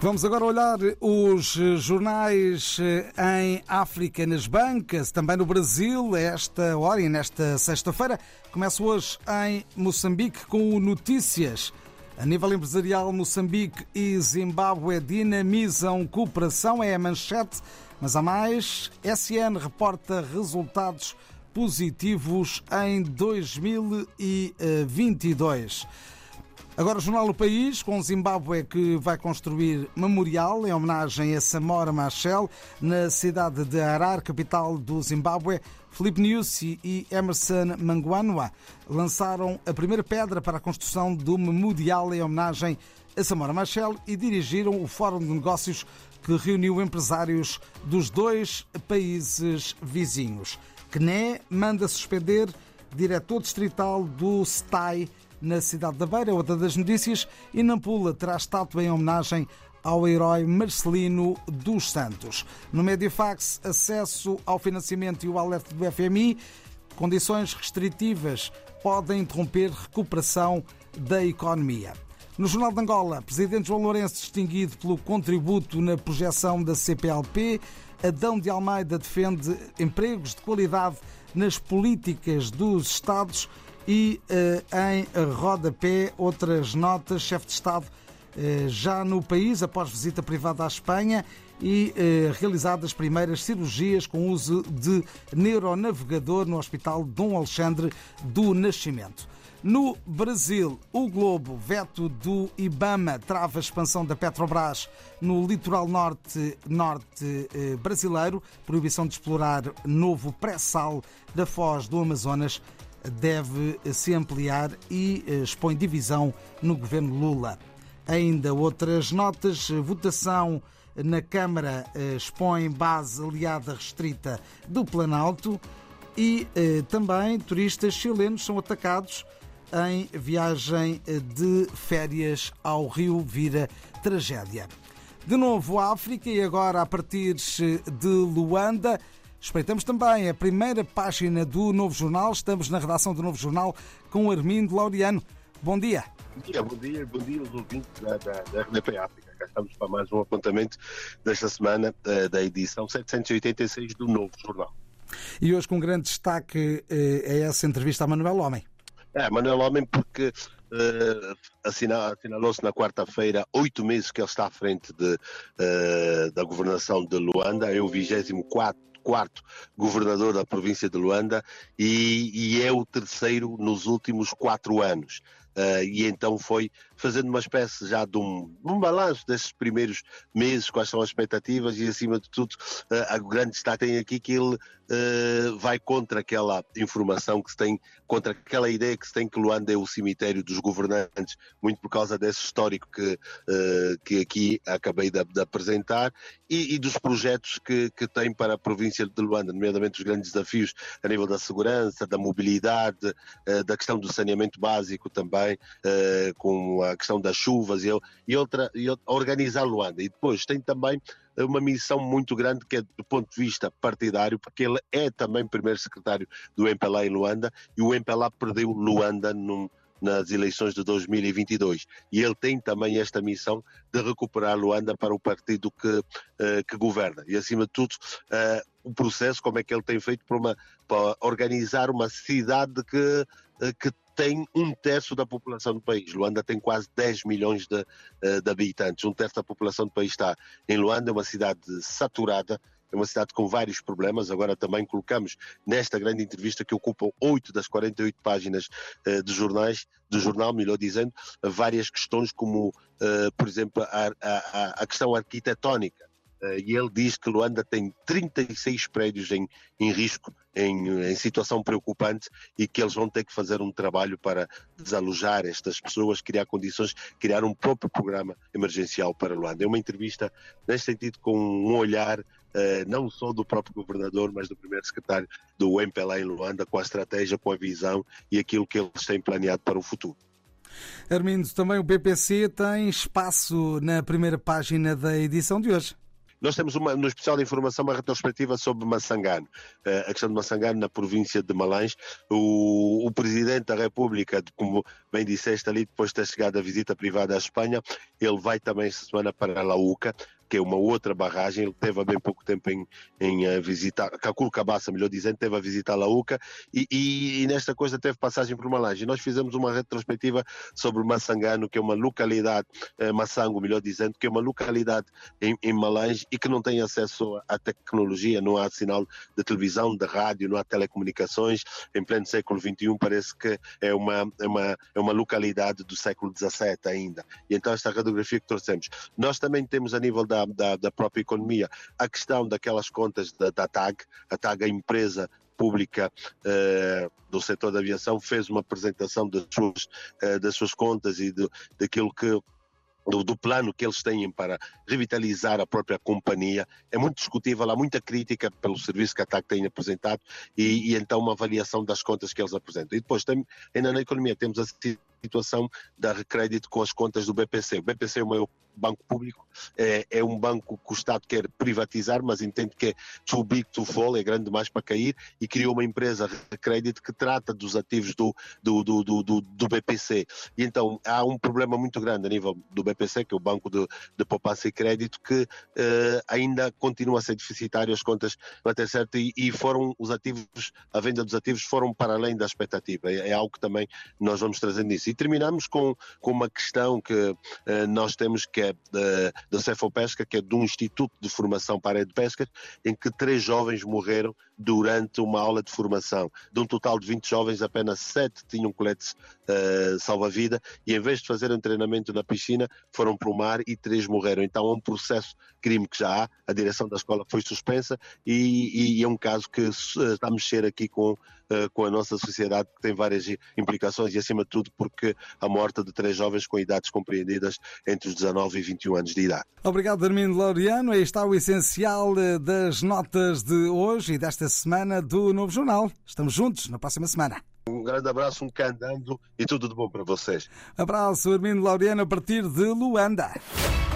Vamos agora olhar os jornais em África, nas bancas, também no Brasil, a esta hora e nesta sexta-feira. Começo hoje em Moçambique com notícias. A nível empresarial, Moçambique e Zimbábue dinamizam cooperação, é a manchete, mas há mais. SN reporta resultados positivos em 2022. Agora o jornal O País, com Zimbábue que vai construir memorial em homenagem a Samora Machel na cidade de Harar, capital do Zimbábue. Filipe Nyusi e Emerson Mnangagwa lançaram a primeira pedra para a construção do memorial em homenagem a Samora Machel e dirigiram o Fórum de Negócios que reuniu empresários dos dois países vizinhos. CNE manda suspender diretor distrital do STAI na cidade da Beira, outra das notícias, e Nampula terá estátua em homenagem ao herói Marcelino dos Santos. No Mediafax, acesso ao financiamento e o alerta do FMI, condições restritivas podem interromper recuperação da economia. No Jornal de Angola, Presidente João Lourenço distinguido pelo contributo na projeção da CPLP, Adão de Almeida defende empregos de qualidade nas políticas dos Estados. E em rodapé, outras notas, chefe de Estado já no país, após visita privada à Espanha e realizadas primeiras cirurgias com uso de neuronavegador no Hospital Dom Alexandre do Nascimento. No Brasil, o Globo, veto do IBAMA, trava a expansão da Petrobras no litoral norte brasileiro, proibição de explorar novo pré-sal da foz do Amazonas deve se ampliar e expõe divisão no governo Lula. Ainda outras notas, votação na Câmara expõe base aliada restrita do Planalto e também turistas chilenos são atacados em viagem de férias ao Rio Vira tragédia. De novo a África e agora a partir de Luanda. Espreitamos também a primeira página do Novo Jornal. Estamos na redação do Novo Jornal com Armindo Laureano. Bom dia. Bom dia aos ouvintes da RDP África. Cá estamos para mais um apontamento desta semana da edição 786 do Novo Jornal. E hoje com grande destaque é essa entrevista a Manuel Homem. Manuel Homem, porque assinalou-se na quarta-feira 8 meses que ele está à frente da governação de Luanda. É o 24º governador da província de Luanda e é o terceiro nos últimos 4 anos. E então foi fazendo uma espécie já de um balanço desses primeiros meses, quais são as expectativas e, acima de tudo, o grande destaque tem aqui que ele vai contra aquela informação que se tem, contra aquela ideia que se tem que Luanda é o cemitério dos governantes, muito por causa desse histórico que aqui acabei de apresentar e dos projetos que tem para a província de Luanda, nomeadamente os grandes desafios a nível da segurança, da mobilidade, da questão do saneamento básico também, com a questão das chuvas e organizar Luanda. E depois tem também uma missão muito grande que é do ponto de vista partidário, porque ele é também primeiro secretário do MPLA em Luanda e o MPLA perdeu Luanda nas eleições de 2022 e ele tem também esta missão de recuperar Luanda para o partido que governa e, acima de tudo, o processo, como é que ele tem feito para organizar uma cidade que tem 1/3 da população do país. Luanda tem quase 10 milhões de habitantes. 1/3 da população do país está em Luanda, é uma cidade saturada, é uma cidade com vários problemas. Agora também colocamos nesta grande entrevista que ocupa 8 das 48 páginas do jornal, melhor dizendo, várias questões como, por exemplo, a questão arquitetónica. E ele diz que Luanda tem 36 prédios em risco, em situação preocupante, e que eles vão ter que fazer um trabalho para desalojar estas pessoas, criar condições, criar um próprio programa emergencial para Luanda. É uma entrevista, neste sentido, com um olhar não só do próprio governador, mas do primeiro secretário do MPLA em Luanda, com a estratégia, com a visão e aquilo que eles têm planeado para o futuro. Armindo, também o PPC tem espaço na primeira página da edição de hoje. Nós temos no especial de informação uma retrospectiva sobre Massangano, a questão de Massangano na província de Malães. O Presidente da República, como bem disseste ali, depois de ter chegado a visita privada à Espanha, ele vai também esta semana para a Lauca, que é uma outra barragem. Ele teve há bem pouco tempo em visitar, Cacuru Cabaça, melhor dizendo, teve a visitar a Lauca e nesta coisa teve passagem por Malange. E nós fizemos uma retrospectiva sobre Massangano, que é uma localidade, Massango, melhor dizendo, que é uma localidade em Malange e que não tem acesso à tecnologia, não há sinal de televisão, de rádio, não há telecomunicações. Em pleno século XXI parece que é uma localidade do século XVII ainda. E então esta radiografia que trouxemos. Nós também temos a nível da própria economia a questão daquelas contas da TAG. A TAG, a empresa pública do setor da aviação, fez uma apresentação das suas contas e daquilo que do plano que eles têm para revitalizar a própria companhia. É muito discutível, há muita crítica pelo serviço que a TAG tem apresentado e então uma avaliação das contas que eles apresentam. E depois, ainda na economia, temos a situação da Recrédito com as contas do BPC. O BPC é o maior banco público, é um banco que o Estado quer privatizar, mas entende que é too big to fall, é grande demais para cair, e criou uma empresa Recrédito que trata dos ativos do BPC. E então há um problema muito grande a nível do BPC, que é o Banco de Poupança e Crédito, que ainda continua a ser deficitário, as contas bater certo, e foram os ativos, a venda dos ativos foram para além da expectativa. É algo que também nós vamos trazendo nisso. E terminamos com uma questão que nós temos, que é da Cefopesca, que é de um Instituto de Formação para a Área de Pesca, em que 3 jovens morreram durante uma aula de formação. De um total de 20 jovens, apenas 7 tinham coletes salva-vida, e em vez de fazerem treinamento na piscina, foram para o mar e 3 morreram. Então é um processo crime que já há, a direção da escola foi suspensa e é um caso que está a mexer aqui com a nossa sociedade, que tem várias implicações, e acima de tudo porque a morte de 3 jovens com idades compreendidas entre os 19 e 21 anos de idade. Obrigado, Armindo Laureano. Aí está o essencial das notas de hoje e desta semana do Novo Jornal. Estamos juntos na próxima semana. Um grande abraço, um candando e tudo de bom para vocês. Abraço, Armindo Laureano, a partir de Luanda.